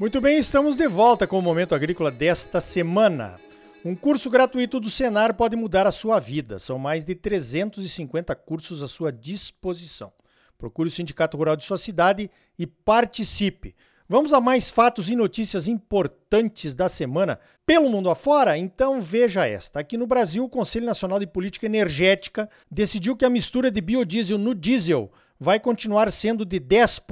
Muito bem, estamos de volta com o Momento Agrícola desta semana. Um curso gratuito do Senar pode mudar a sua vida. São mais de 350 cursos à sua disposição. Procure o Sindicato Rural de sua cidade e participe. Vamos a mais fatos e notícias importantes da semana pelo mundo afora? Então veja esta. Aqui no Brasil, o Conselho Nacional de Política Energética decidiu que a mistura de biodiesel no diesel vai continuar sendo de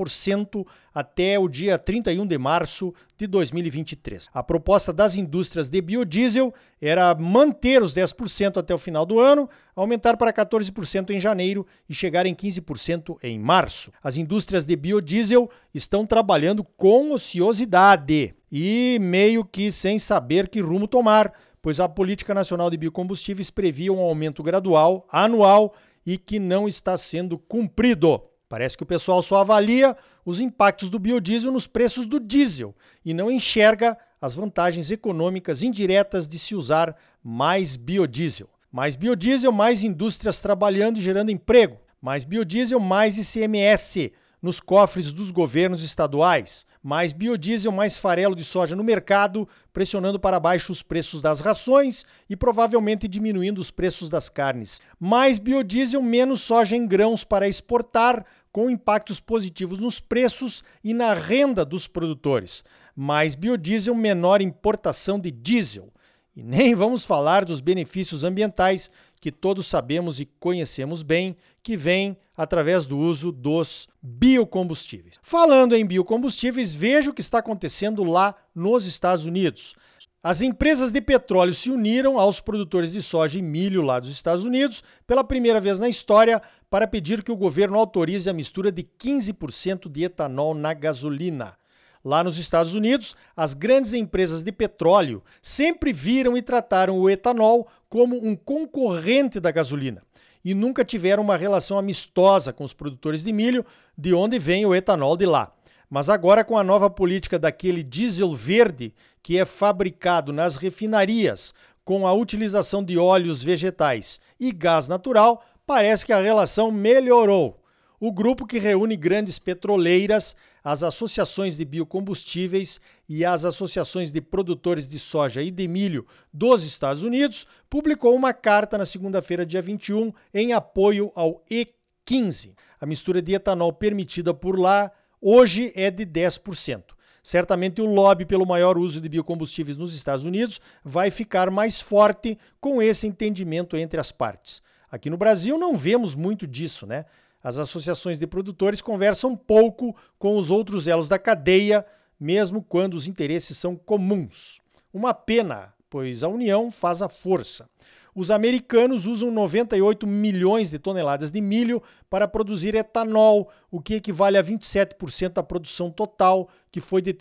10% até o dia 31 de março de 2023. A proposta das indústrias de biodiesel era manter os 10% até o final do ano, aumentar para 14% em janeiro e chegar em 15% em março. As indústrias de biodiesel estão trabalhando com ociosidade e meio que sem saber que rumo tomar, pois a Política Nacional de Biocombustíveis previa um aumento gradual, anual, e que não está sendo cumprido. Parece que o pessoal só avalia os impactos do biodiesel nos preços do diesel e não enxerga as vantagens econômicas indiretas de se usar mais biodiesel. Mais biodiesel, mais indústrias trabalhando e gerando emprego. Mais biodiesel, mais ICMS nos cofres dos governos estaduais. Mais biodiesel, mais farelo de soja no mercado, pressionando para baixo os preços das rações e provavelmente diminuindo os preços das carnes. Mais biodiesel, menos soja em grãos para exportar, com impactos positivos nos preços e na renda dos produtores. Mais biodiesel, menor importação de diesel. E nem vamos falar dos benefícios ambientais que todos sabemos e conhecemos bem, que vêm através do uso dos biocombustíveis. Falando em biocombustíveis, veja o que está acontecendo lá nos Estados Unidos. As empresas de petróleo se uniram aos produtores de soja e milho lá dos Estados Unidos pela primeira vez na história para pedir que o governo autorize a mistura de 15% de etanol na gasolina. Lá nos Estados Unidos, as grandes empresas de petróleo sempre viram e trataram o etanol como um concorrente da gasolina e nunca tiveram uma relação amistosa com os produtores de milho, de onde vem o etanol de lá. Mas agora, com a nova política daquele diesel verde que é fabricado nas refinarias com a utilização de óleos vegetais e gás natural, parece que a relação melhorou. O grupo, que reúne grandes petroleiras, as associações de biocombustíveis e as associações de produtores de soja e de milho dos Estados Unidos, publicou uma carta na segunda-feira, dia 21, em apoio ao E15. A mistura de etanol permitida por lá hoje é de 10%. Certamente o lobby pelo maior uso de biocombustíveis nos Estados Unidos vai ficar mais forte com esse entendimento entre as partes. Aqui no Brasil não vemos muito disso, né? As associações de produtores conversam pouco com os outros elos da cadeia, mesmo quando os interesses são comuns. Uma pena, pois a união faz a força. Os americanos usam 98 milhões de toneladas de milho para produzir etanol, o que equivale a 27% da produção total, que foi de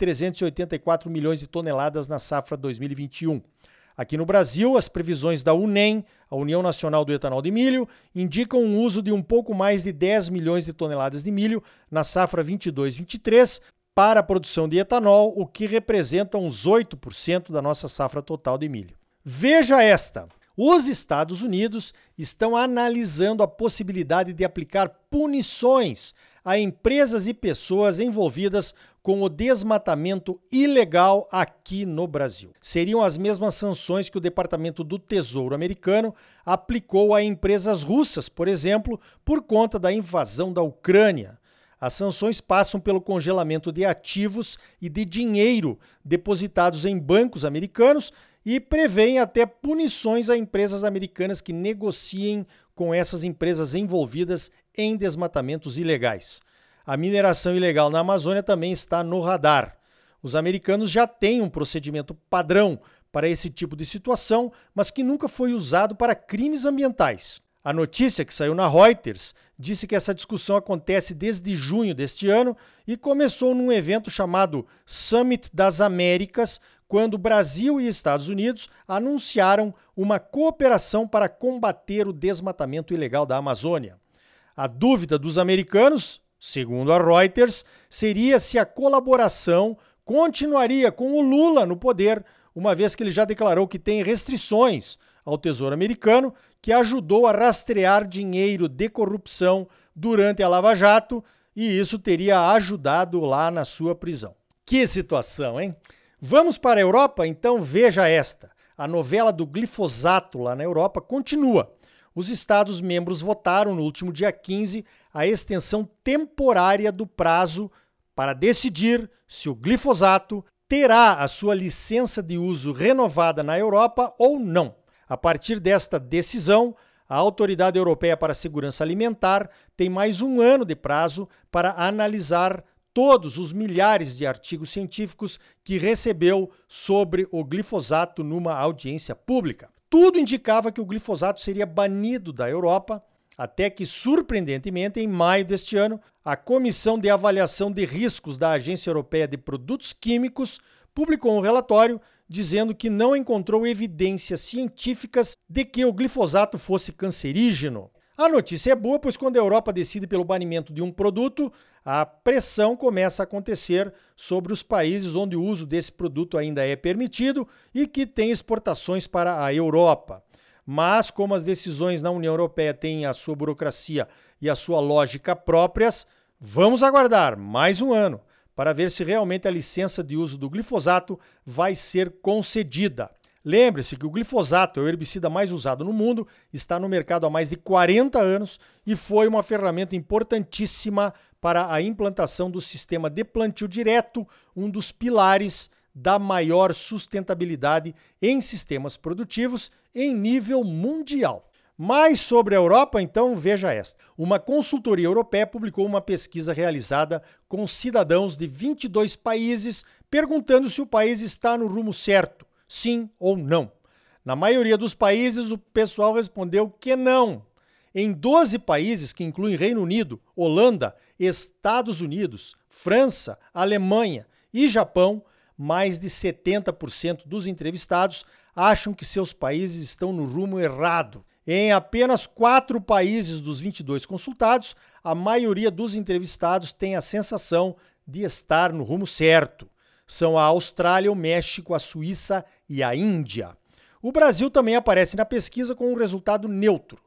384 milhões de toneladas na safra 2021. Aqui no Brasil, as previsões da UNEM, a União Nacional do Etanol de Milho, indicam um uso de um pouco mais de 10 milhões de toneladas de milho na safra 22-23 para a produção de etanol, o que representa uns 8% da nossa safra total de milho. Veja esta! Os Estados Unidos estão analisando a possibilidade de aplicar punições a empresas e pessoas envolvidas com o desmatamento ilegal aqui no Brasil. Seriam as mesmas sanções que o Departamento do Tesouro americano aplicou a empresas russas, por exemplo, por conta da invasão da Ucrânia. As sanções passam pelo congelamento de ativos e de dinheiro depositados em bancos americanos e prevêem até punições a empresas americanas que negociem com essas empresas envolvidas em desmatamentos ilegais. A mineração ilegal na Amazônia também está no radar. Os americanos já têm um procedimento padrão para esse tipo de situação, mas que nunca foi usado para crimes ambientais. A notícia que saiu na Reuters disse que essa discussão acontece desde junho deste ano e começou num evento chamado Summit das Américas, quando Brasil e Estados Unidos anunciaram uma cooperação para combater o desmatamento ilegal da Amazônia. A dúvida dos americanos, segundo a Reuters, seria se a colaboração continuaria com o Lula no poder, uma vez que ele já declarou que tem restrições ao Tesouro americano, que ajudou a rastrear dinheiro de corrupção durante a Lava Jato, e isso teria ajudado lá na sua prisão. Que situação, hein? Vamos para a Europa? Então veja esta. A novela do glifosato lá na Europa continua. Os Estados-membros votaram no último dia 15 a extensão temporária do prazo para decidir se o glifosato terá a sua licença de uso renovada na Europa ou não. A partir desta decisão, a Autoridade Europeia para a Segurança Alimentar tem mais um ano de prazo para analisar todos os milhares de artigos científicos que recebeu sobre o glifosato numa audiência pública. Tudo indicava que o glifosato seria banido da Europa, até que, surpreendentemente, em maio deste ano, a Comissão de Avaliação de Riscos da Agência Europeia de Produtos Químicos publicou um relatório dizendo que não encontrou evidências científicas de que o glifosato fosse cancerígeno. A notícia é boa, pois quando a Europa decide pelo banimento de um produto, a pressão começa a acontecer sobre os países onde o uso desse produto ainda é permitido e que têm exportações para a Europa. Mas, como as decisões na União Europeia têm a sua burocracia e a sua lógica próprias, vamos aguardar mais um ano para ver se realmente a licença de uso do glifosato vai ser concedida. Lembre-se que o glifosato é o herbicida mais usado no mundo, está no mercado há mais de 40 anos e foi uma ferramenta importantíssima para a implantação do sistema de plantio direto, um dos pilares da maior sustentabilidade em sistemas produtivos em nível mundial. Mais sobre a Europa, então, veja esta. Uma consultoria europeia publicou uma pesquisa realizada com cidadãos de 22 países, perguntando se o país está no rumo certo, sim ou não. Na maioria dos países, o pessoal respondeu que não. Em 12 países, que incluem Reino Unido, Holanda, Estados Unidos, França, Alemanha e Japão, mais de 70% dos entrevistados acham que seus países estão no rumo errado. Em apenas 4 países dos 22 consultados, a maioria dos entrevistados tem a sensação de estar no rumo certo. São a Austrália, o México, a Suíça e a Índia. O Brasil também aparece na pesquisa com um resultado neutro.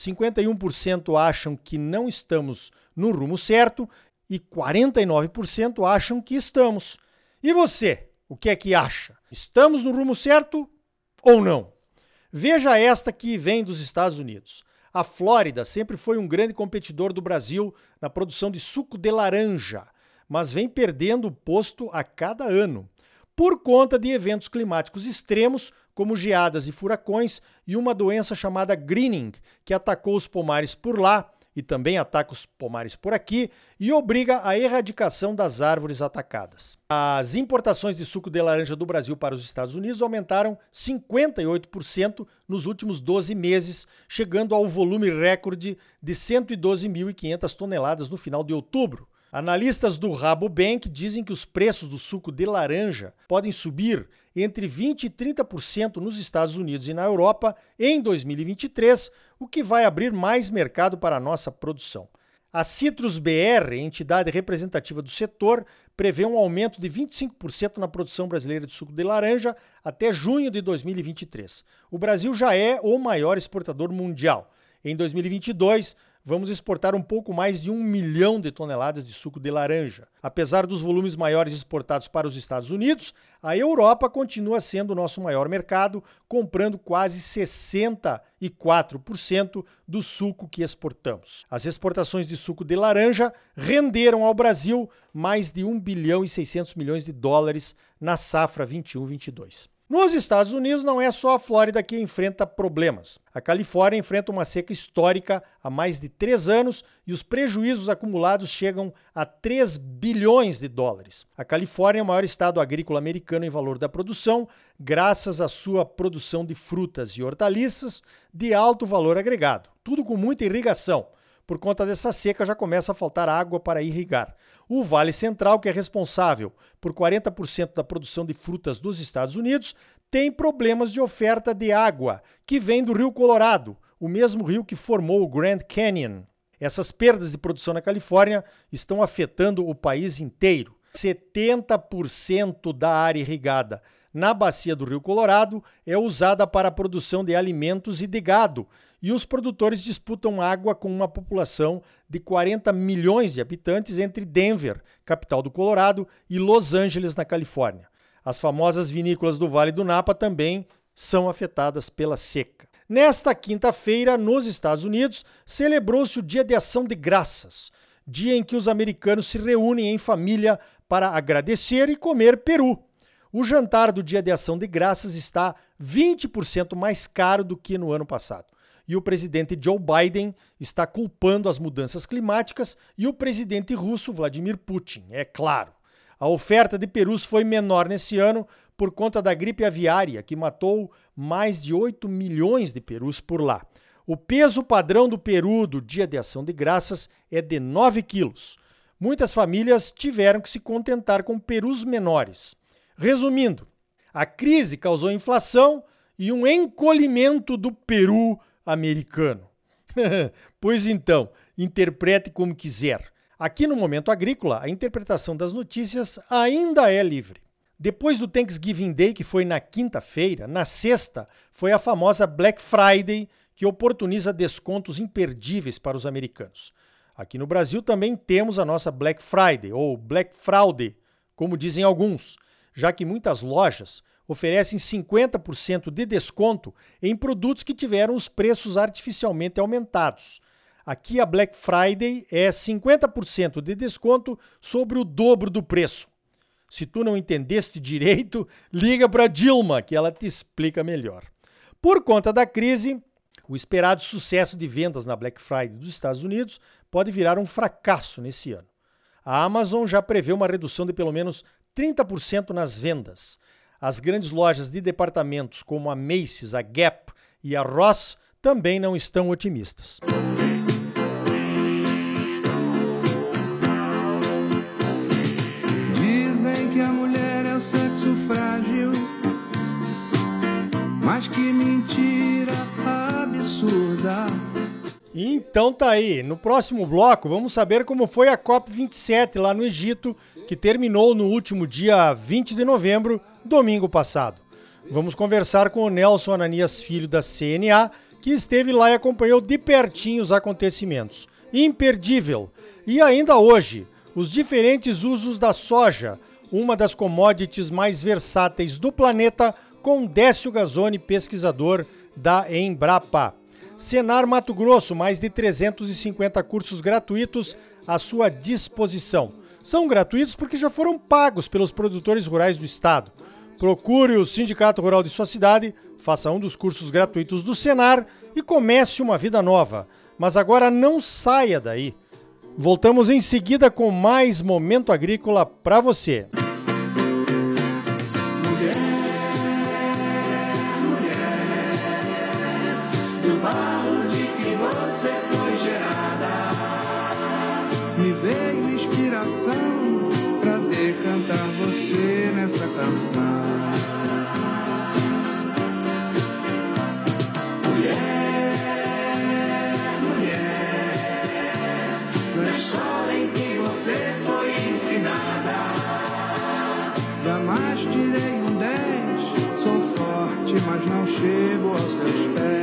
51% acham que não estamos no rumo certo e 49% acham que estamos. E você, o que é que acha? Estamos no rumo certo ou não? Veja esta que vem dos Estados Unidos. A Flórida sempre foi um grande competidor do Brasil na produção de suco de laranja, mas vem perdendo o posto a cada ano, por conta de eventos climáticos extremos, como geadas e furacões, e uma doença chamada greening, que atacou os pomares por lá e também ataca os pomares por aqui e obriga a erradicação das árvores atacadas. As importações de suco de laranja do Brasil para os Estados Unidos aumentaram 58% nos últimos 12 meses, chegando ao volume recorde de 112.500 toneladas no final de outubro. Analistas do Rabobank dizem que os preços do suco de laranja podem subir entre 20% e 30% nos Estados Unidos e na Europa em 2023, o que vai abrir mais mercado para a nossa produção. A Citrus BR, entidade representativa do setor, prevê um aumento de 25% na produção brasileira de suco de laranja até junho de 2023. O Brasil já é o maior exportador mundial. Em 2022, vamos exportar um pouco mais de 1 milhão de toneladas de suco de laranja. Apesar dos volumes maiores exportados para os Estados Unidos, a Europa continua sendo o nosso maior mercado, comprando quase 64% do suco que exportamos. As exportações de suco de laranja renderam ao Brasil mais de 1 bilhão e 600 milhões de dólares na safra 21-22. Nos Estados Unidos, não é só a Flórida que enfrenta problemas. A Califórnia enfrenta uma seca histórica há mais de 3 anos e os prejuízos acumulados chegam a 3 bilhões de dólares. A Califórnia é o maior estado agrícola americano em valor da produção, graças à sua produção de frutas e hortaliças de alto valor agregado. Tudo com muita irrigação. Por conta dessa seca, já começa a faltar água para irrigar. O Vale Central, que é responsável por 40% da produção de frutas dos Estados Unidos, tem problemas de oferta de água, que vem do Rio Colorado, o mesmo rio que formou o Grand Canyon. Essas perdas de produção na Califórnia estão afetando o país inteiro. 70% da área irrigada na bacia do Rio Colorado é usada para a produção de alimentos e de gado, e os produtores disputam água com uma população de 40 milhões de habitantes entre Denver, capital do Colorado, e Los Angeles, na Califórnia. As famosas vinícolas do Vale do Napa também são afetadas pela seca. Nesta quinta-feira, nos Estados Unidos, celebrou-se o Dia de Ação de Graças, dia em que os americanos se reúnem em família para agradecer e comer peru. O jantar do Dia de Ação de Graças está 20% mais caro do que no ano passado. E o presidente Joe Biden está culpando as mudanças climáticas e o presidente russo Vladimir Putin, é claro. A oferta de perus foi menor nesse ano por conta da gripe aviária, que matou mais de 8 milhões de perus por lá. O peso padrão do peru do Dia de Ação de Graças é de 9 quilos. Muitas famílias tiveram que se contentar com perus menores. Resumindo, a crise causou inflação e um encolhimento do peru americano. Pois então, interprete como quiser. Aqui no Momento Agrícola, a interpretação das notícias ainda é livre. Depois do Thanksgiving Day, que foi na quinta-feira, na sexta foi a famosa Black Friday, que oportuniza descontos imperdíveis para os americanos. Aqui no Brasil também temos a nossa Black Friday, ou Black Fraude, como dizem alguns, já que muitas lojas oferecem 50% de desconto em produtos que tiveram os preços artificialmente aumentados. Aqui a Black Friday é 50% de desconto sobre o dobro do preço. Se tu não entendeste direito, liga para Dilma, que ela te explica melhor. Por conta da crise, o esperado sucesso de vendas na Black Friday dos Estados Unidos pode virar um fracasso nesse ano. A Amazon já prevê uma redução de pelo menos 30% nas vendas. As grandes lojas de departamentos como a Macy's, a Gap e a Ross também não estão otimistas. Dizem que a mulher é o sexo frágil, mas que mentira absurda. Então tá aí, no próximo bloco vamos saber como foi a COP27 lá no Egito, que terminou no último dia 20 de novembro, domingo passado. Vamos conversar com o Nelson Ananias Filho da CNA, que esteve lá e acompanhou de pertinho os acontecimentos. Imperdível! E ainda hoje, os diferentes usos da soja, uma das commodities mais versáteis do planeta, com Décio Gazzoni, pesquisador da Embrapa. Senar Mato Grosso, mais de 350 cursos gratuitos à sua disposição. São gratuitos porque já foram pagos pelos produtores rurais do estado. Procure o Sindicato Rural de sua cidade, faça um dos cursos gratuitos do Senar e comece uma vida nova. Mas agora não saia daí. Voltamos em seguida com mais Momento Agrícola para você. Me veio inspiração pra decantar você nessa canção. Mulher, mulher, na escola em que você foi ensinada, jamais tirei um 10, sou forte, mas não chego aos seus pés.